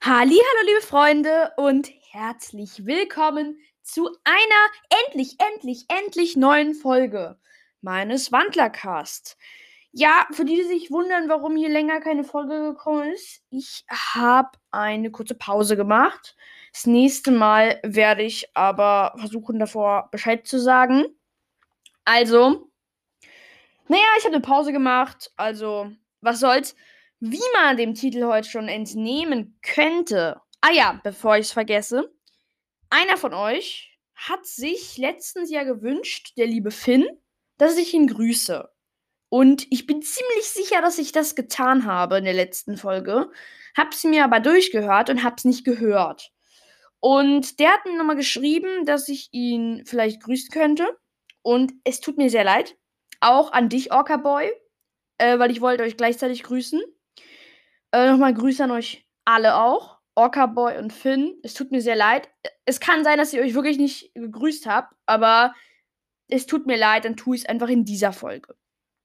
Hallo, liebe Freunde und herzlich willkommen zu einer endlich neuen Folge meines Wandlercast. Ja, für die sich wundern, warum hier länger keine Folge gekommen ist, ich habe eine kurze Pause gemacht. Das nächste Mal werde ich aber versuchen, davor Bescheid zu sagen. Also, naja, ich habe eine Pause gemacht, also was soll's. Wie man dem Titel heute schon entnehmen könnte. Ah ja, bevor ich es vergesse. Einer von euch hat sich letztens ja gewünscht, der liebe Finn, dass ich ihn grüße. Und ich bin ziemlich sicher, dass ich das getan habe in der letzten Folge. Hab's mir aber durchgehört und hab's nicht gehört. Und der hat mir nochmal geschrieben, dass ich ihn vielleicht grüßen könnte. Und es tut mir sehr leid. Auch an dich, Orca Boy, weil ich wollte euch gleichzeitig grüßen. Nochmal Grüße an euch alle auch. Orca Boy und Finn. Es tut mir sehr leid. Es kann sein, dass ihr euch wirklich nicht gegrüßt habt, aber es tut mir leid, dann tue ich es einfach in dieser Folge.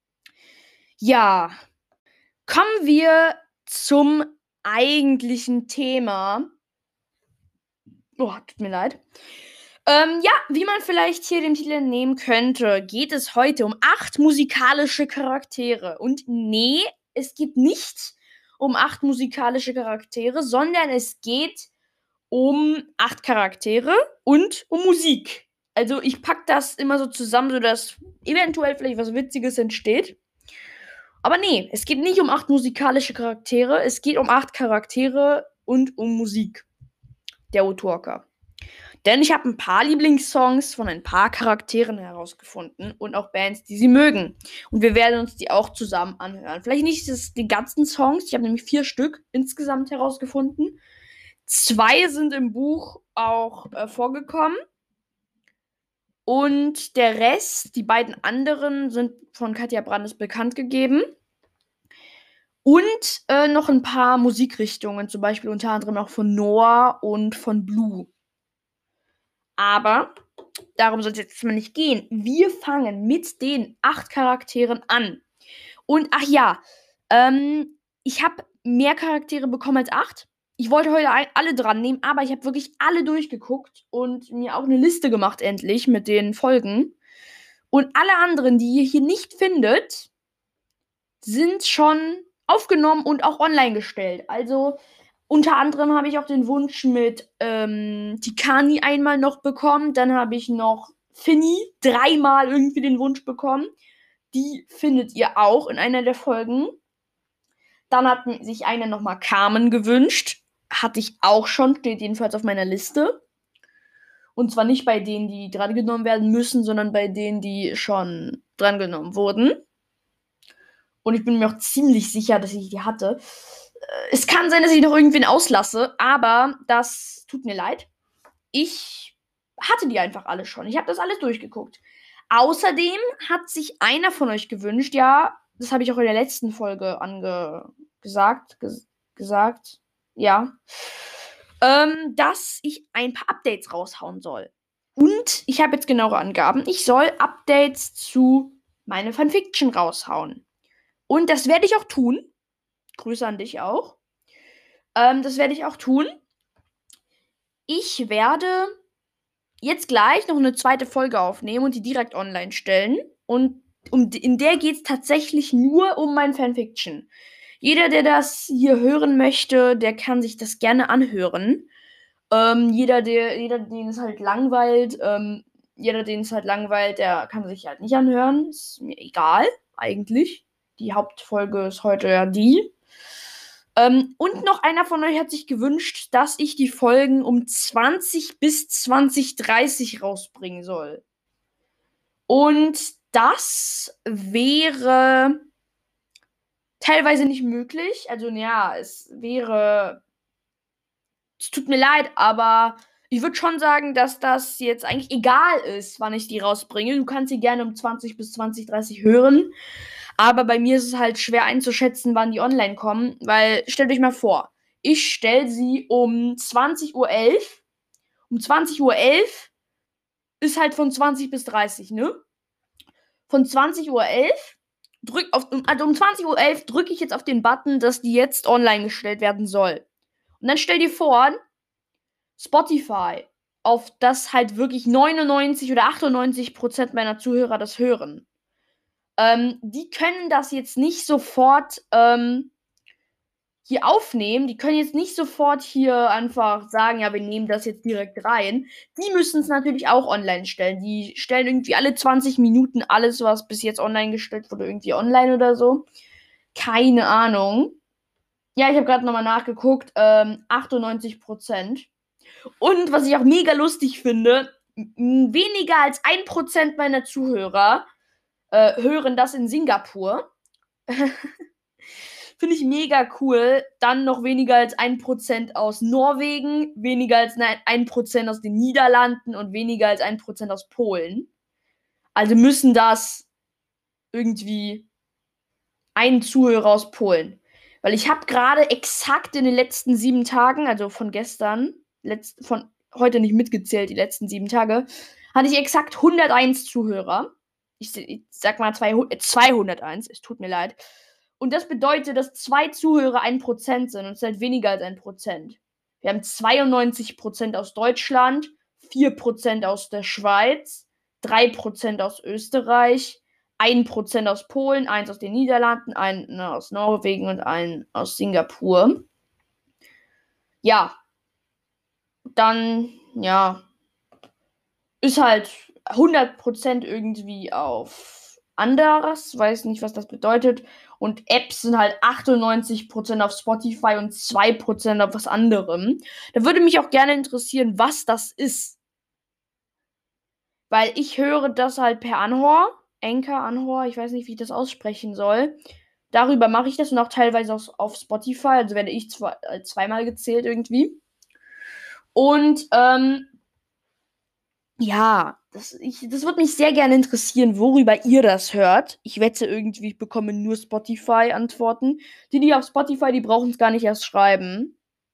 Ja, kommen wir zum eigentlichen Thema. Oh, tut mir leid. Ja, wie man vielleicht hier dem Titel entnehmen könnte, geht es heute um 8 musikalische Charaktere. Und nee, es geht nicht um 8 musikalische Charaktere, sondern es geht um 8 Charaktere und um Musik. Also ich packe das immer so zusammen, sodass eventuell vielleicht was Witziges entsteht. Aber nee, es geht nicht um 8 musikalische Charaktere, es geht um 8 Charaktere und um Musik der Autorka. Denn ich habe ein paar Lieblingssongs von ein paar Charakteren herausgefunden und auch Bands, die sie mögen. Und wir werden uns die auch zusammen anhören. Vielleicht nicht die ganzen Songs, ich habe nämlich 4 Stück insgesamt herausgefunden. 2 sind im Buch auch vorgekommen. Und der Rest, die beiden anderen, sind von Katja Brandes bekannt gegeben. Und noch ein paar Musikrichtungen, zum Beispiel unter anderem auch von Noah und von Blue. Aber darum soll es jetzt mal nicht gehen. Wir fangen mit den 8 Charakteren an. Und ach ja, ich habe mehr Charaktere bekommen als 8. Ich wollte heute alle dran nehmen, aber ich habe wirklich alle durchgeguckt und mir auch eine Liste gemacht, endlich, mit den Folgen. Und alle anderen, die ihr hier nicht findet, sind schon aufgenommen und auch online gestellt. Also unter anderem habe ich auch den Wunsch mit Tikani einmal noch bekommen. Dann habe ich noch Finny 3-mal irgendwie den Wunsch bekommen. Die findet ihr auch in einer der Folgen. Dann hat sich einer nochmal Carmen gewünscht. Hatte ich auch schon, steht jedenfalls auf meiner Liste. Und zwar nicht bei denen, die drangenommen werden müssen, sondern bei denen, die schon drangenommen wurden. Und ich bin mir auch ziemlich sicher, dass ich die hatte. Es kann sein, dass ich noch irgendwen auslasse, aber das tut mir leid. Ich hatte die einfach alle schon. Ich habe das alles durchgeguckt. Außerdem hat sich einer von euch gewünscht, ja, das habe ich auch in der letzten Folge gesagt, ja, dass ich ein paar Updates raushauen soll. Und ich habe jetzt genauere Angaben. Ich soll Updates zu meiner Fanfiction raushauen. Und das werde ich auch tun. Grüße an dich auch. Das werde ich auch tun. Ich werde jetzt gleich noch eine zweite Folge aufnehmen und die direkt online stellen. Und in der geht es tatsächlich nur um mein Fanfiction. Jeder, der das hier hören möchte, der kann sich das gerne anhören. Jeder, den es halt langweilt, der kann sich halt nicht anhören. Ist mir egal, eigentlich. Die Hauptfolge ist heute ja die. Und noch einer von euch hat sich gewünscht, dass ich die Folgen um 20 bis 20:30 rausbringen soll. Und das wäre teilweise nicht möglich. Also, ja, es tut mir leid, aber ich würde schon sagen, dass das jetzt eigentlich egal ist, wann ich die rausbringe. Du kannst sie gerne um 20 bis 20:30 hören. Aber bei mir ist es halt schwer einzuschätzen, wann die online kommen, weil stellt euch mal vor, ich stelle sie um 20:11 Uhr. Um 20:11 Uhr ist halt von 20 bis 30, ne? Von 20:11 Uhr um 20:11 Uhr drücke ich jetzt auf den Button, dass die jetzt online gestellt werden soll. Und dann stell dir vor, Spotify, auf das halt wirklich 99 oder 98% meiner Zuhörer das hören. Die können das jetzt nicht sofort hier aufnehmen. Die können jetzt nicht sofort hier einfach sagen, ja, wir nehmen das jetzt direkt rein. Die müssen es natürlich auch online stellen. Die stellen irgendwie alle 20 Minuten alles, was bis jetzt online gestellt wurde, irgendwie online oder so. Keine Ahnung. Ja, ich habe gerade nochmal nachgeguckt. 98%. Und was ich auch mega lustig finde, weniger als 1% meiner Zuhörer hören das in Singapur. Finde ich mega cool. Dann noch weniger als 1% aus Norwegen, weniger als 1% aus den Niederlanden und weniger als 1% aus Polen. Also müssen das irgendwie ein Zuhörer aus Polen. Weil ich habe gerade exakt in den letzten 7 Tagen, also von gestern, von heute nicht mitgezählt, die letzten 7 Tage, hatte ich exakt 101 Zuhörer. Ich sag mal 201, es tut mir leid. Und das bedeutet, dass 2 Zuhörer 1% sind und es ist halt weniger als 1%. Wir haben 92% aus Deutschland, 4% aus der Schweiz, 3% aus Österreich, 1% aus Polen, 1 aus den Niederlanden, 1 aus Norwegen und 1 aus Singapur. Ja, dann, ja, ist halt 100% irgendwie auf anderes, weiß nicht, was das bedeutet. Und Apps sind halt 98% auf Spotify und 2% auf was anderem. Da würde mich auch gerne interessieren, was das ist. Weil ich höre das halt per Anhor. Anchor, ich weiß nicht, wie ich das aussprechen soll. Darüber mache ich das und auch teilweise auf Spotify. Also werde ich zweimal gezählt irgendwie. Und ja, das würde mich sehr gerne interessieren, worüber ihr das hört. Ich wette irgendwie, ich bekomme nur Spotify-Antworten. Die auf Spotify, die brauchen es gar nicht erst schreiben.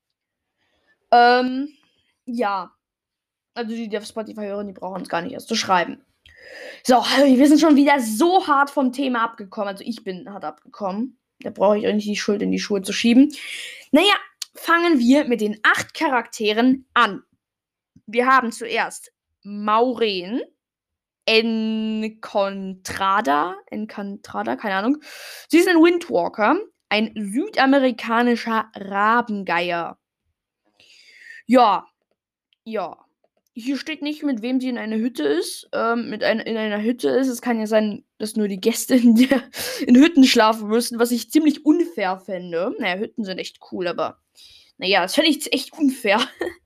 Ja. Also die auf Spotify hören, die brauchen es gar nicht erst zu schreiben. So, wir sind schon wieder so hart vom Thema abgekommen. Also ich bin hart abgekommen. Da brauche ich auch nicht die Schuld in die Schuhe zu schieben. Naja, fangen wir mit den 8 Charakteren an. Wir haben zuerst Maureen, Encantrada, keine Ahnung. Sie ist ein Windwalker, ein südamerikanischer Rabengeier. Ja, ja. Hier steht nicht, mit wem sie in einer Hütte ist. In einer Hütte ist. Es kann ja sein, dass nur die Gäste in Hütten schlafen müssen, was ich ziemlich unfair fände. Naja, Hütten sind echt cool, aber naja, das fände ich echt unfair.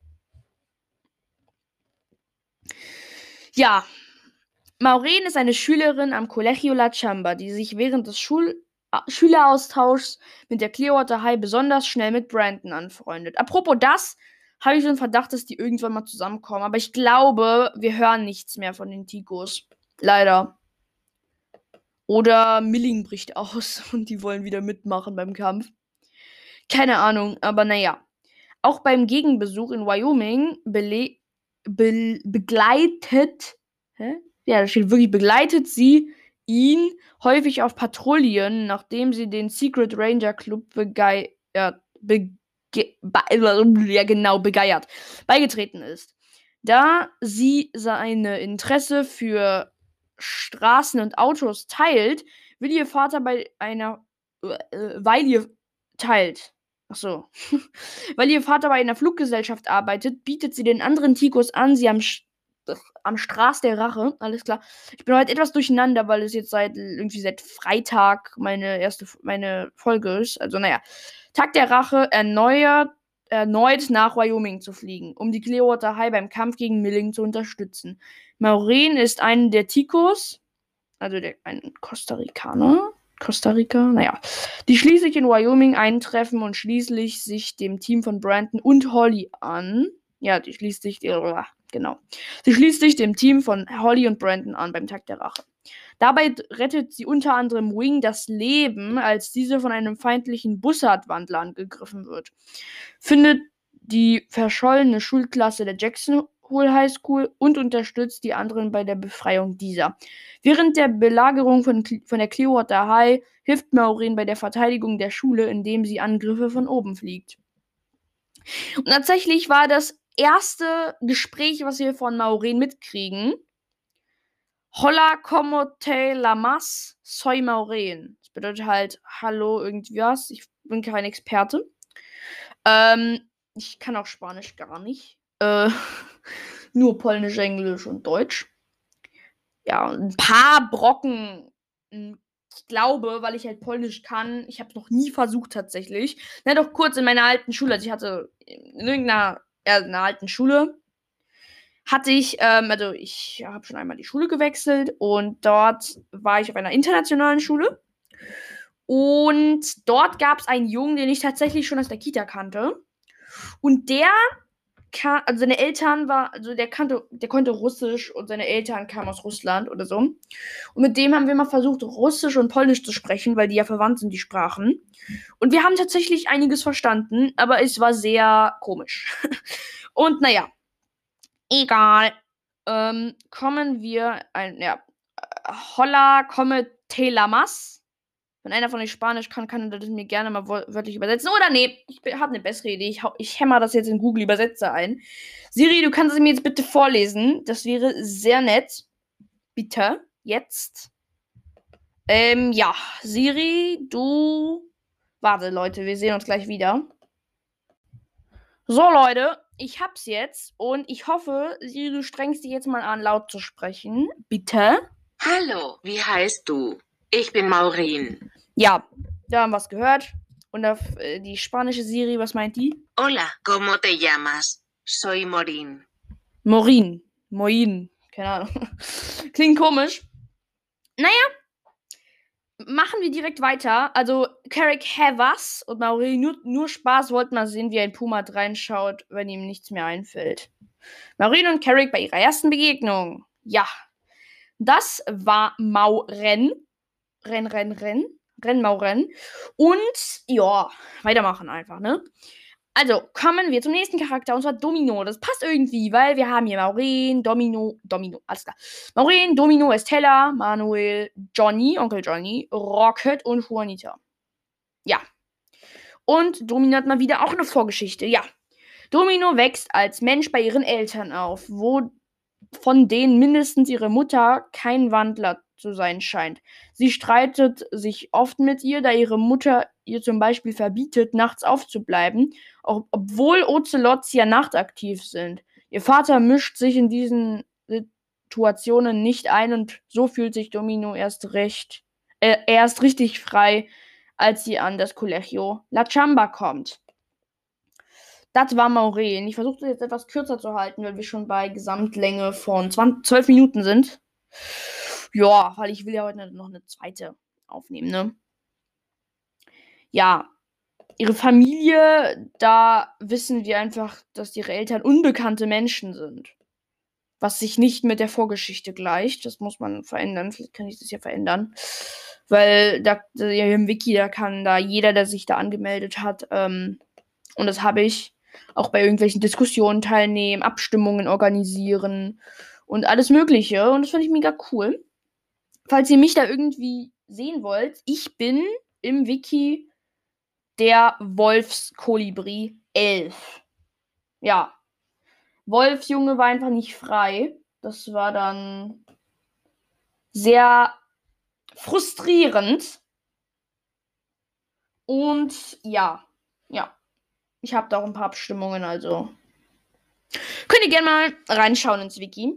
Ja, Maureen ist eine Schülerin am Colegio La Chamba, die sich während des Schüleraustauschs mit der Clearwater High besonders schnell mit Brandon anfreundet. Apropos das, habe ich so einen Verdacht, dass die irgendwann mal zusammenkommen. Aber ich glaube, wir hören nichts mehr von den Ticos. Leider. Oder Milling bricht aus und die wollen wieder mitmachen beim Kampf. Keine Ahnung, aber naja. Auch beim Gegenbesuch in Wyoming begleitet. Hä? Ja, da steht wirklich, begleitet sie ihn häufig auf Patrouillen, nachdem sie den Secret Ranger Club beigetreten ist. Da sie seine Interesse für Straßen und Autos teilt, will ihr Vater bei einer weil ihr teilt. Ach so. Weil ihr Vater bei einer Fluggesellschaft arbeitet, bietet sie den anderen Ticos an, sie am Straß der Rache, alles klar. Ich bin heute etwas durcheinander, weil es jetzt seit Freitag meine Folge ist. Also naja, Tag der Rache erneut nach Wyoming zu fliegen, um die Clearwater High beim Kampf gegen Milling zu unterstützen. Maureen ist einen der Ticos, also ein Costa Ricaner. Costa Rica, naja, die schließlich in Wyoming eintreffen und schließlich sich dem Team von Brandon und Holly an. Ja, genau. Sie schließt sich dem Team von Holly und Brandon an beim Tag der Rache. Dabei rettet sie unter anderem Wing das Leben, als diese von einem feindlichen Bussardwandler angegriffen wird. Findet die verschollene Schulklasse der Jackson Hole High School und unterstützt die anderen bei der Befreiung dieser. Während der Belagerung von der Clearwater High hilft Maureen bei der Verteidigung der Schule, indem sie Angriffe von oben fliegt. Und tatsächlich war das erste Gespräch, was wir von Maureen mitkriegen: Hola, como te llamas? Soy Maureen. Das bedeutet halt, hallo, irgendwie was. Ich bin kein Experte. Ich kann auch Spanisch gar nicht. Nur Polnisch, Englisch und Deutsch. Ja, ein paar Brocken. Ich glaube, weil ich halt Polnisch kann. Ich habe es noch nie versucht tatsächlich. Na doch kurz in meiner alten Schule. Also ich hatte in irgendeiner in einer alten Schule hatte ich, also ich habe schon einmal die Schule gewechselt und dort war ich auf einer internationalen Schule. Und dort gab es einen Jungen, den ich tatsächlich schon aus der Kita kannte. Und der also seine Eltern also der konnte Russisch und seine Eltern kamen aus Russland oder so. Und mit dem haben wir mal versucht, Russisch und Polnisch zu sprechen, weil die ja verwandt sind, die Sprachen. Und wir haben tatsächlich einiges verstanden, aber es war sehr komisch. Und naja, egal. Kommen wir Hola, come te llamas? Wenn einer von euch Spanisch kann er das mir gerne mal wörtlich übersetzen. Oder nee, ich habe eine bessere Idee. Ich hämmer das jetzt in Google Übersetzer ein. Siri, du kannst es mir jetzt bitte vorlesen. Das wäre sehr nett. Bitte. Jetzt. Ja. Siri, du. Warte, Leute, wir sehen uns gleich wieder. So, Leute, ich hab's jetzt und ich hoffe, Siri, du strengst dich jetzt mal an, laut zu sprechen. Bitte. Hallo, wie heißt du? Ich bin Maureen. Ja, da haben wir es gehört. Und die spanische Siri, was meint die? Hola, ¿cómo te llamas? Soy Maureen. Moin. Keine Ahnung. Klingt komisch. Naja, machen wir direkt weiter. Also, Carrick was und Maureen nur Spaß, wollten mal sehen, wie ein Puma reinschaut, wenn ihm nichts mehr einfällt. Maureen und Carrick bei ihrer ersten Begegnung. Ja, das war Mauren. Rennmauren. Und ja, weitermachen einfach, ne? Also, kommen wir zum nächsten Charakter, und zwar Domino. Das passt irgendwie, weil wir haben hier Maureen, Domino, alles klar. Maureen, Domino, Estella, Manuel, Johnny, Onkel Johnny, Rocket und Juanita. Ja. Und Domino hat mal wieder auch eine Vorgeschichte. Ja. Domino wächst als Mensch bei ihren Eltern auf, von denen mindestens ihre Mutter kein Wandler zu sein scheint. Sie streitet sich oft mit ihr, da ihre Mutter ihr zum Beispiel verbietet, nachts aufzubleiben, obwohl Ocelots ja nachtaktiv sind. Ihr Vater mischt sich in diesen Situationen nicht ein und so fühlt sich Domino erst richtig frei, als sie an das Colegio La Chamba kommt. Das war Maureen. Ich versuche das jetzt etwas kürzer zu halten, weil wir schon bei Gesamtlänge von 12 Minuten sind. Ja, weil ich will ja heute noch eine zweite aufnehmen, ne? Ja, ihre Familie, da wissen wir einfach, dass ihre Eltern unbekannte Menschen sind. Was sich nicht mit der Vorgeschichte gleicht. Das muss man verändern. Vielleicht kann ich das ja verändern. Weil im Wiki, da kann da jeder, der sich da angemeldet hat, und das habe ich, auch bei irgendwelchen Diskussionen teilnehmen, Abstimmungen organisieren und alles Mögliche. Und das finde ich mega cool. Falls ihr mich da irgendwie sehen wollt, ich bin im Wiki der Wolfskolibri 11. Ja. Wolfsjunge war einfach nicht frei. Das war dann sehr frustrierend. Und ja. Ich habe da auch ein paar Abstimmungen, also könnt ihr gerne mal reinschauen ins Wiki.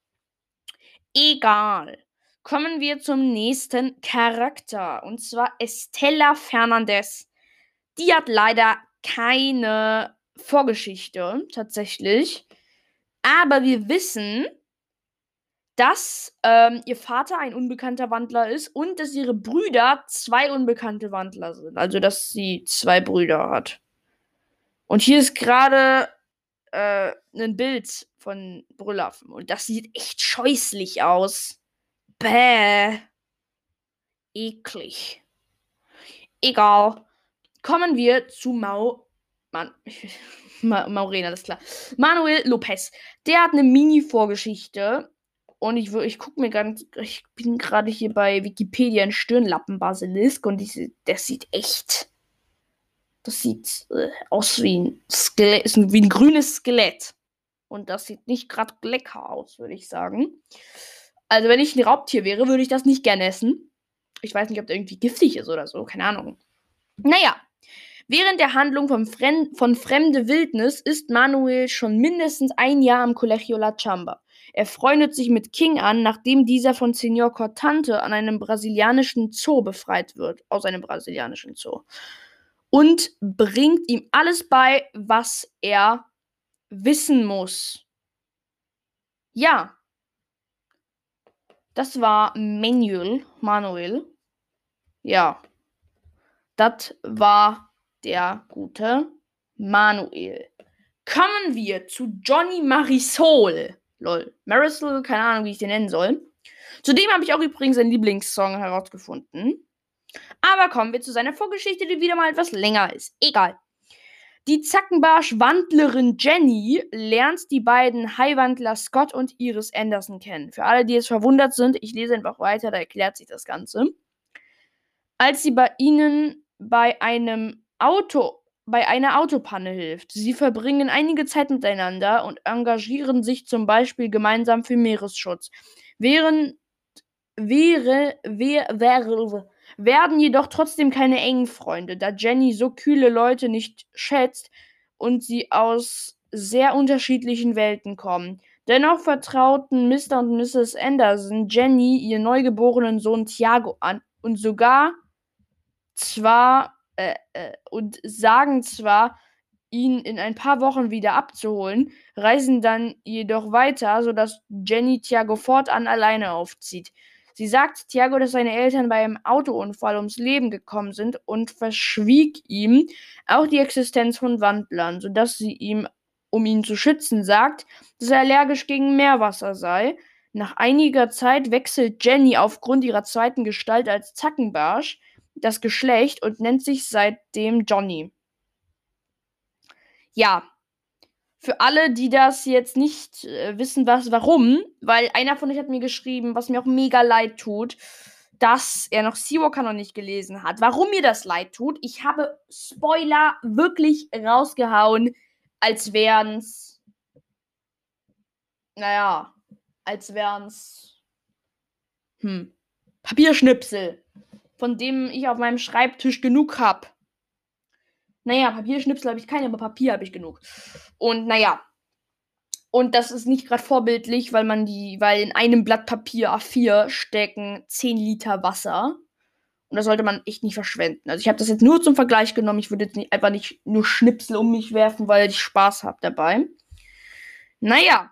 Egal. Kommen wir zum nächsten Charakter. Und zwar Estella Fernandez. Die hat leider keine Vorgeschichte, tatsächlich. Aber wir wissen, dass ihr Vater ein unbekannter Wandler ist und dass ihre Brüder 2 unbekannte Wandler sind. Also, dass sie 2 Brüder hat. Und hier ist gerade ein Bild von Brüllaffen. Und das sieht echt scheußlich aus. Bäh. Eklig. Egal. Kommen wir zu Maureen, alles klar. Manuel Lopez. Der hat eine Mini-Vorgeschichte. Und ich bin gerade hier bei Wikipedia, ein Stirnlappenbasilisk. Und das sieht echt Das sieht aus wie ein Skelett, ist wie ein grünes Skelett. Und das sieht nicht gerade lecker aus, würde ich sagen. Also, wenn ich ein Raubtier wäre, würde ich das nicht gerne essen. Ich weiß nicht, ob der irgendwie giftig ist oder so, keine Ahnung. Naja, während der Handlung von Fremde Wildnis ist Manuel schon mindestens ein Jahr am Colegio La Chamba. Er freundet sich mit King an, nachdem dieser von Senor Cortante an einem brasilianischen Zoo befreit wird, aus einem brasilianischen Zoo. Und bringt ihm alles bei, was er wissen muss. Ja, das war Manuel. Ja, das war der gute Manuel. Kommen wir zu Johnny Marisol. Lol. Marisol, keine Ahnung, wie ich den nennen soll. Zudem habe ich auch übrigens einen Lieblingssong herausgefunden. Aber kommen wir zu seiner Vorgeschichte, die wieder mal etwas länger ist. Egal. Die Zackenbarsch-Wandlerin Jenny lernt die beiden Highwandler Scott und Iris Anderson kennen. Für alle, die jetzt verwundert sind, ich lese einfach weiter, da erklärt sich das Ganze. Als sie bei ihnen bei einer Autopanne hilft. Sie verbringen einige Zeit miteinander und engagieren sich zum Beispiel gemeinsam für Meeresschutz. Werden jedoch trotzdem keine engen Freunde, da Jenny so kühle Leute nicht schätzt und sie aus sehr unterschiedlichen Welten kommen. Dennoch vertrauten Mr. und Mrs. Anderson Jenny ihren neugeborenen Sohn Tiago an und sagen zwar, ihn in ein paar Wochen wieder abzuholen, reisen dann jedoch weiter, sodass Jenny Tiago fortan alleine aufzieht. Sie sagt Tiago, dass seine Eltern bei einem Autounfall ums Leben gekommen sind und verschwieg ihm auch die Existenz von Wandlern, sodass sie ihm, um ihn zu schützen, sagt, dass er allergisch gegen Meerwasser sei. Nach einiger Zeit wechselt Jenny aufgrund ihrer zweiten Gestalt als Zackenbarsch das Geschlecht und nennt sich seitdem Johnny. Ja, für alle, die das jetzt nicht wissen, warum, weil einer von euch hat mir geschrieben, was mir auch mega leid tut, dass er noch Seawalker noch nicht gelesen hat. Warum mir das leid tut, ich habe Spoiler wirklich rausgehauen, als wären's, Papierschnipsel, von dem ich auf meinem Schreibtisch genug habe. Naja, Papierschnipsel habe ich keine, aber Papier habe ich genug. Und naja. Und das ist nicht gerade vorbildlich, weil in einem Blatt Papier A4 stecken 10 Liter Wasser. Und das sollte man echt nicht verschwenden. Also ich habe das jetzt nur zum Vergleich genommen. Ich würde jetzt einfach nicht nur Schnipsel um mich werfen, weil ich Spaß habe dabei. Naja.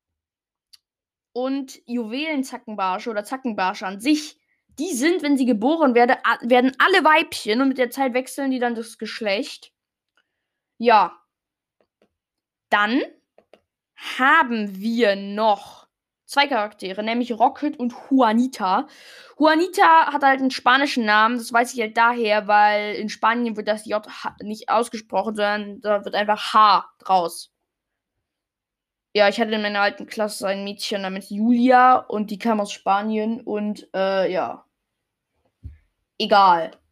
Und Juwelenzackenbarsche oder Zackenbarsche an sich, die sind, wenn sie geboren werden alle Weibchen und mit der Zeit wechseln die dann das Geschlecht. Ja. Dann haben wir noch 2 Charaktere, nämlich Rocket und Juanita. Juanita hat halt einen spanischen Namen, das weiß ich halt daher, weil in Spanien wird das J nicht ausgesprochen, sondern da wird einfach H draus. Ja, ich hatte in meiner alten Klasse ein Mädchen namens Julia und die kam aus Spanien und ja. Egal.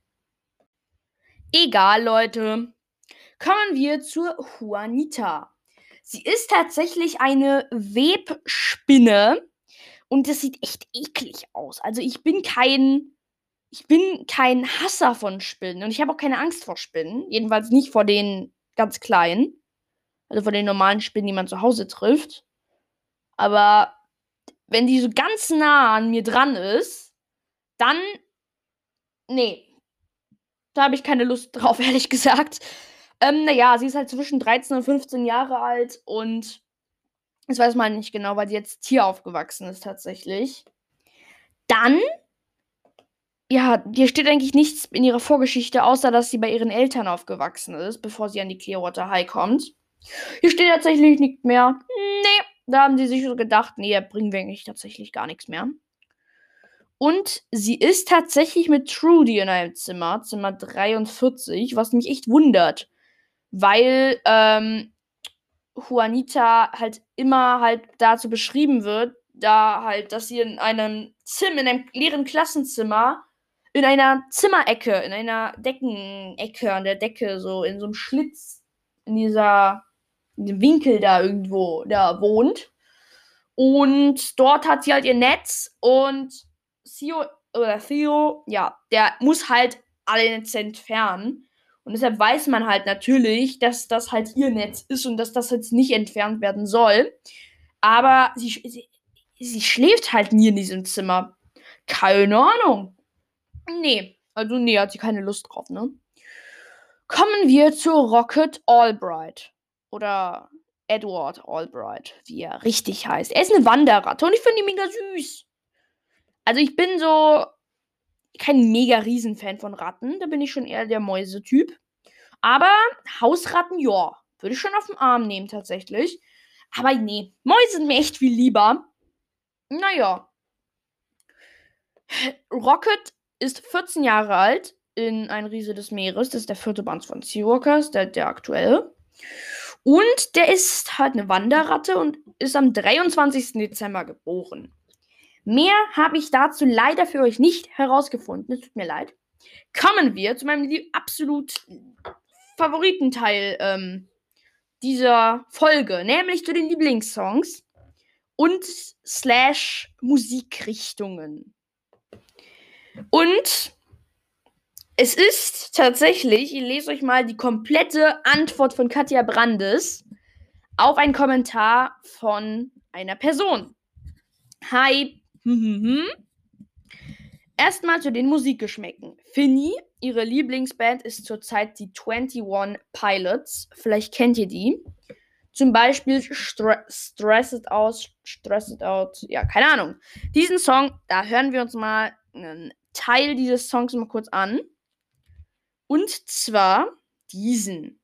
Egal, Leute. Kommen wir zur Juanita. Sie ist tatsächlich eine Webspinne und das sieht echt eklig aus. Also ich bin kein Hasser von Spinnen und ich habe auch keine Angst vor Spinnen. Jedenfalls nicht vor den ganz kleinen. Also vor den normalen Spinnen, die man zu Hause trifft. Aber wenn die so ganz nah an mir dran ist, dann nee. Da habe ich keine Lust drauf, ehrlich gesagt. Naja, sie ist halt zwischen 13 und 15 Jahre alt und das weiß man nicht genau, weil sie jetzt hier aufgewachsen ist tatsächlich. Dann, ja, hier steht eigentlich nichts in ihrer Vorgeschichte, außer dass sie bei ihren Eltern aufgewachsen ist, bevor sie an die Clearwater High kommt. Hier steht tatsächlich nichts mehr. Nee, da haben sie sich so gedacht, nee, da bringen wir eigentlich tatsächlich gar nichts mehr. Und sie ist tatsächlich mit Trudy in einem Zimmer, Zimmer 43, was mich echt wundert. Weil Juanita halt immer halt dazu beschrieben wird, da halt, dass sie in einem leeren Klassenzimmer in einer Zimmerecke, in einer Deckenecke an der Decke, so in so einem Schlitz, in diesem Winkel da irgendwo, da wohnt. Und dort hat sie halt ihr Netz und Theo, ja, der muss halt alle Netze entfernen. Und deshalb weiß man halt natürlich, dass das halt ihr Netz ist und dass das jetzt nicht entfernt werden soll. Aber sie schläft halt nie in diesem Zimmer. Keine Ahnung. Nee, hat sie keine Lust drauf, ne? Kommen wir zu Rocket Albright. Oder Edward Albright, wie er richtig heißt. Er ist eine Wanderratte und ich finde ihn mega süß. Also ich bin so kein mega Riesenfan von Ratten. Da bin ich schon eher der Mäusetyp. Aber Hausratten, ja, würde ich schon auf den Arm nehmen tatsächlich. Aber nee, Mäuse sind mir echt viel lieber. Naja, Rocket ist 14 Jahre alt in Ein Riese des Meeres. Das ist der vierte Band von Seawalkers, der aktuelle. Und der ist halt eine Wanderratte und ist am 23. Dezember geboren. Mehr habe ich dazu leider für euch nicht herausgefunden. Es tut mir leid. Kommen wir zu meinem absolut Favoritenteil dieser Folge, nämlich zu den Lieblingssongs und / Musikrichtungen. Und es ist tatsächlich, ich lese euch mal die komplette Antwort von Katja Brandes auf einen Kommentar von einer Person. Hi. Erstmal zu den Musikgeschmäcken. Finny, ihre Lieblingsband ist zurzeit die 21 Pilots. Vielleicht kennt ihr die. Zum Beispiel Stress It Out. Ja, keine Ahnung. Diesen Song, da hören wir uns mal einen Teil dieses Songs mal kurz an. Und zwar diesen.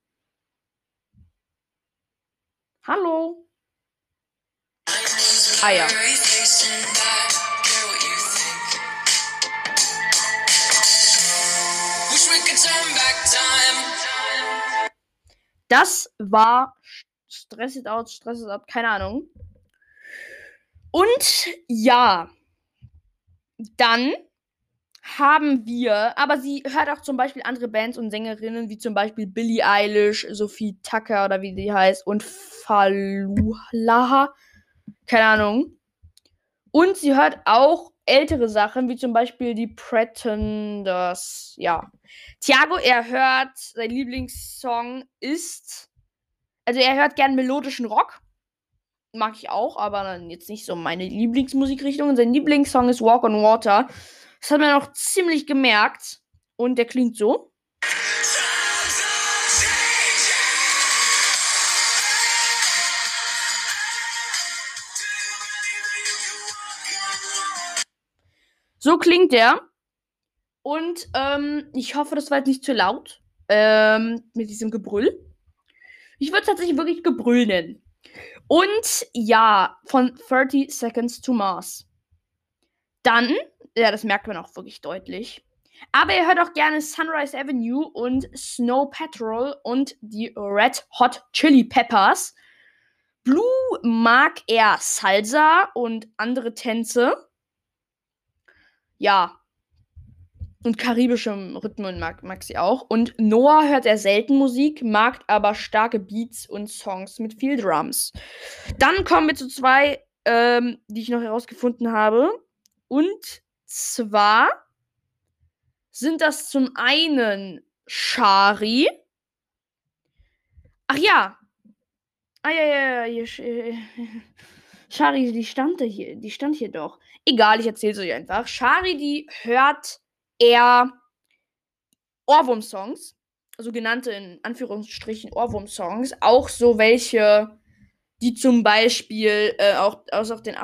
Hallo. Ah ja. Das war Stress It Out, keine Ahnung. Und ja, dann haben wir, aber sie hört auch zum Beispiel andere Bands und Sängerinnen, wie zum Beispiel Billie Eilish, Sophie Tucker oder wie die heißt, und Fallulah, keine Ahnung. Und sie hört auch ältere Sachen, wie zum Beispiel die Pretenders, ja. Thiago, sein Lieblingssong ist, also er hört gern melodischen Rock, mag ich auch, aber dann jetzt nicht so meine Lieblingsmusikrichtung. Sein Lieblingssong ist Walk on Water. Das hat man auch ziemlich gemerkt. Und der klingt so. So klingt der. Und ich hoffe, das war jetzt nicht zu laut. Mit diesem Gebrüll. Ich würde tatsächlich wirklich Gebrüll nennen. Und ja, von 30 Seconds to Mars. Dann, ja, das merkt man auch wirklich deutlich. Aber er hört auch gerne Sunrise Avenue und Snow Patrol und die Red Hot Chili Peppers. Blue mag er Salsa und andere Tänze. Ja. Und karibische Rhythmen mag sie auch. Und Noah hört er selten Musik, mag aber starke Beats und Songs mit viel Drums. Dann kommen wir zu zwei, die ich noch herausgefunden habe. Und zwar sind das zum einen Shari. Ach ja. Ah ja. Shari, die stand hier doch. Egal, ich erzähle es euch einfach. Shari, die hört eher Ohrwurm-Songs, sogenannte in Anführungsstrichen Ohrwurm-Songs, auch so welche, die zum Beispiel aus den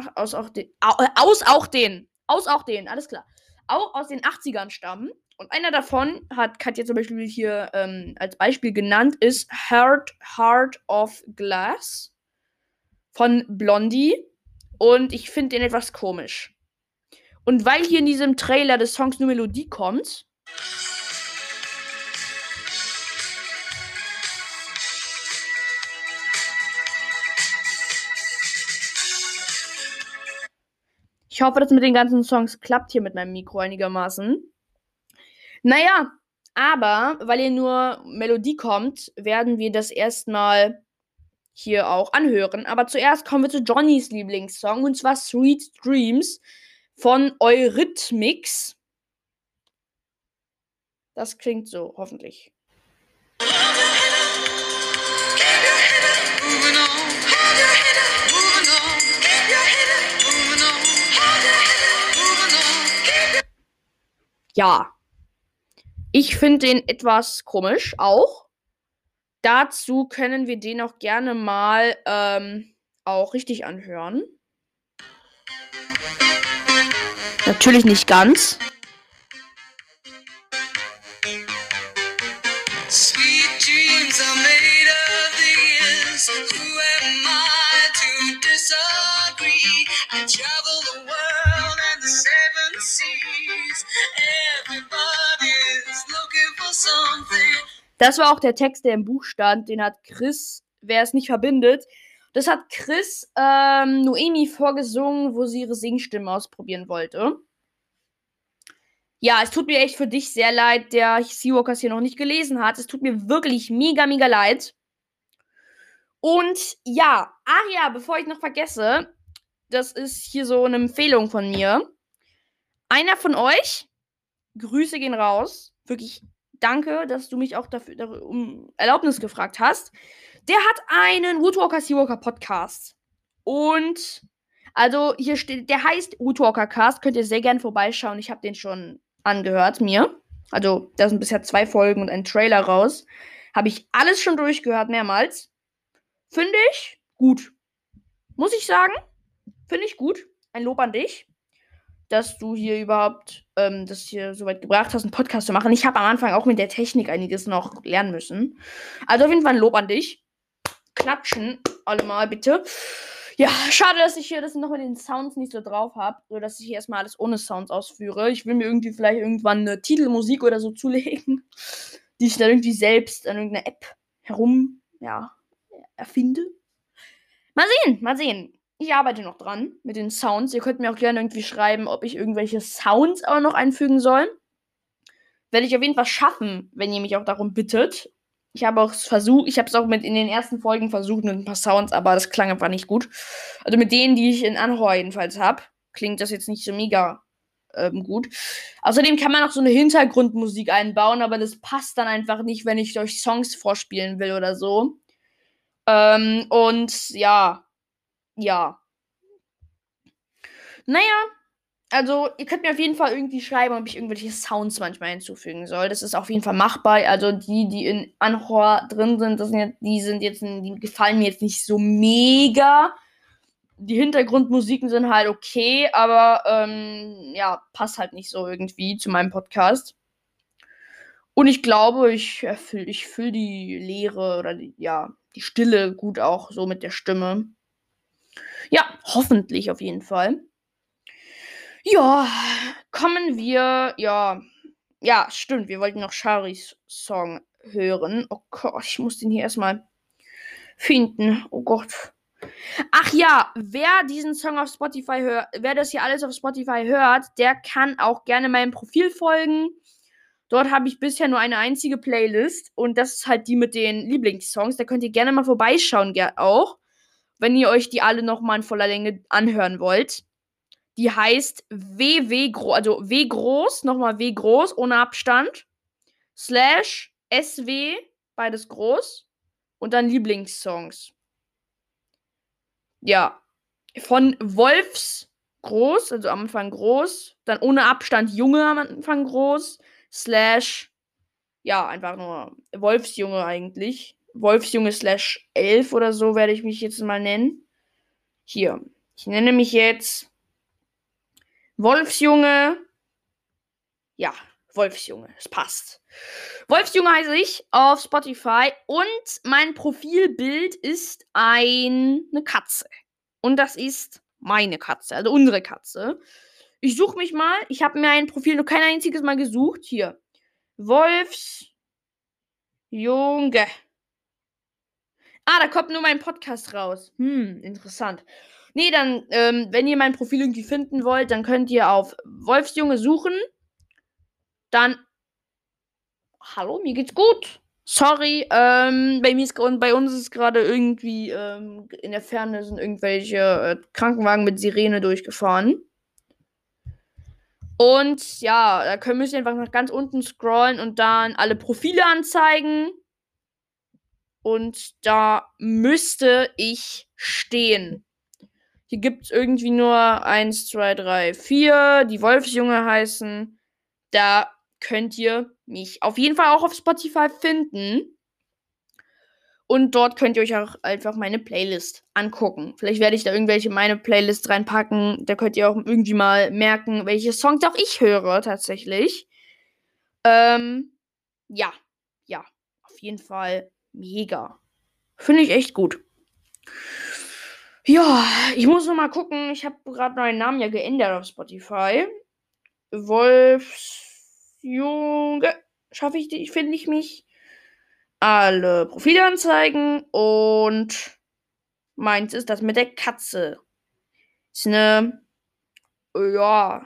80ern stammen. Und einer davon hat Katja zum Beispiel hier als Beispiel genannt, ist Heart of Glass von Blondie. Und ich finde den etwas komisch. Und weil hier in diesem Trailer des Songs nur Melodie kommt, ich hoffe, dass mit den ganzen Songs klappt hier mit meinem Mikro einigermaßen. Naja, aber weil hier nur Melodie kommt, werden wir das erstmal hier auch anhören. Aber zuerst kommen wir zu Johnnys Lieblingssong, und zwar Sweet Dreams von Eurythmics. Das klingt so, hoffentlich. Ja, ich finde den etwas komisch auch. Dazu können wir den auch gerne mal auch richtig anhören. Natürlich nicht ganz. Sweet dreams are made of these. Who am I to disagree? I travel the world and the seven seas. Everybody's looking for something. Das war auch der Text, der im Buch stand. Den hat Chris, wer es nicht verbindet, das hat Chris Noemi vorgesungen, wo sie ihre Singstimme ausprobieren wollte. Ja, es tut mir echt für dich sehr leid, der Seawalkers hier noch nicht gelesen hat. Es tut mir wirklich mega, mega leid. Und ja, ja, bevor ich noch vergesse, das ist hier so eine Empfehlung von mir. Einer von euch, Grüße gehen raus. Wirklich danke, dass du mich auch dafür um Erlaubnis gefragt hast. Der hat einen Woodwalker Seawalker Podcast. Und also hier steht, der heißt Woodwalker Cast. Könnt ihr sehr gerne vorbeischauen. Ich habe den schon angehört mir. Also da sind bisher 2 Folgen und ein Trailer raus. Habe ich alles schon durchgehört, mehrmals. Finde ich gut. Muss ich sagen. Finde ich gut. Ein Lob an dich, dass du hier überhaupt das hier so weit gebracht hast, einen Podcast zu machen. Ich habe am Anfang auch mit der Technik einiges noch lernen müssen. Also auf jeden Fall ein Lob an dich. Klatschen alle mal, bitte. Ja, schade, dass ich hier das noch mit den Sounds nicht so drauf habe, so dass ich hier erstmal alles ohne Sounds ausführe. Ich will mir irgendwie vielleicht irgendwann eine Titelmusik oder so zulegen, die ich dann irgendwie selbst an irgendeiner App herum, erfinde. Mal sehen. Ich arbeite noch dran mit den Sounds. Ihr könnt mir auch gerne irgendwie schreiben, ob ich irgendwelche Sounds auch noch einfügen soll. Werde ich auf jeden Fall schaffen, wenn ihr mich auch darum bittet. Ich habe es auch mit in den ersten Folgen versucht mit ein paar Sounds, aber das klang einfach nicht gut. Also mit denen, die ich in Anhor jedenfalls habe, klingt das jetzt nicht so mega gut. Außerdem kann man auch so eine Hintergrundmusik einbauen, aber das passt dann einfach nicht, wenn ich euch Songs vorspielen will oder so. Und ja. Naja, also ihr könnt mir auf jeden Fall irgendwie schreiben, ob ich irgendwelche Sounds manchmal hinzufügen soll. Das ist auf jeden Fall machbar. Also die in Anhor drin sind, die gefallen mir jetzt nicht so mega. Die Hintergrundmusiken sind halt okay, aber passt halt nicht so irgendwie zu meinem Podcast. Und ich glaube, ich fülle die Leere oder die Stille gut auch so mit der Stimme. Ja, hoffentlich auf jeden Fall. Ja, kommen wir, ja, stimmt, wir wollten noch Charis Song hören. Oh Gott, ich muss den hier erstmal finden. Oh Gott. Ach ja, wer diesen Song auf Spotify hört, wer das hier alles auf Spotify hört, der kann auch gerne meinem Profil folgen. Dort habe ich bisher nur eine einzige Playlist und das ist halt die mit den Lieblingssongs. Da könnt ihr gerne mal vorbeischauen, auch, wenn ihr euch die alle nochmal in voller Länge anhören wollt. Die heißt W groß, nochmal W groß, ohne Abstand, /SW, beides groß, und dann Lieblingssongs. Ja, von Wolfs groß, also am Anfang groß, dann ohne Abstand Junge am Anfang groß, einfach nur Wolfsjunge eigentlich. Wolfsjunge /11 oder so werde ich mich jetzt mal nennen. Hier, ich nenne mich jetzt Wolfsjunge. Ja, Wolfsjunge, es passt. Wolfsjunge heiße ich auf Spotify und mein Profilbild ist eine Katze. Und das ist meine Katze, also unsere Katze. Ich suche mich mal. Ich habe mir ein Profil noch kein einziges Mal gesucht. Hier. Wolfsjunge. Da kommt nur mein Podcast raus. Interessant. Nee, dann, wenn ihr mein Profil irgendwie finden wollt, dann könnt ihr auf Wolfsjunge suchen. Dann Hallo, mir geht's gut. Sorry, bei uns ist gerade irgendwie in der Ferne sind irgendwelche Krankenwagen mit Sirene durchgefahren. Und ja, müsst ihr einfach nach ganz unten scrollen und dann alle Profile anzeigen. Und da müsste ich stehen. Hier gibt es irgendwie nur 1, 2, 3, 4, die Wolfsjunge heißen. Da könnt ihr mich auf jeden Fall auch auf Spotify finden. Und dort könnt ihr euch auch einfach meine Playlist angucken. Vielleicht werde ich da meine Playlist reinpacken. Da könnt ihr auch irgendwie mal merken, welche Songs auch ich höre, tatsächlich. Ja, ja, auf jeden Fall mega. Finde ich echt gut. Ja, ich muss noch mal gucken. Ich habe gerade meinen Namen ja geändert auf Spotify. Wolfsjunge. Finde ich mich. Alle Profile anzeigen und meins ist das mit der Katze. Ist eine, ja,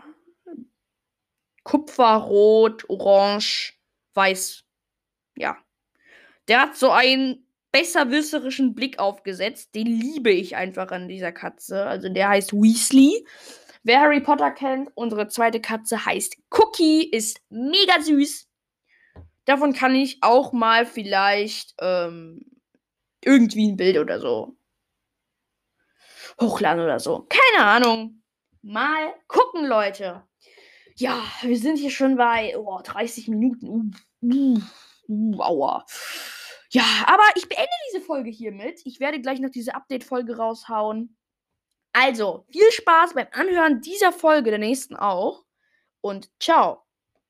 Kupferrot, orange, weiß. Ja. Der hat so einen besserwisserischen Blick aufgesetzt. Den liebe ich einfach an dieser Katze. Also der heißt Weasley. Wer Harry Potter kennt, unsere zweite Katze heißt Cookie, ist mega süß. Davon kann ich auch mal vielleicht irgendwie ein Bild oder so hochladen oder so. Keine Ahnung. Mal gucken, Leute. Ja, wir sind hier schon bei 30 Minuten. Aua. Ja, aber ich beende diese Folge hiermit. Ich werde gleich noch diese Update-Folge raushauen. Also, viel Spaß beim Anhören dieser Folge, der nächsten auch. Und ciao.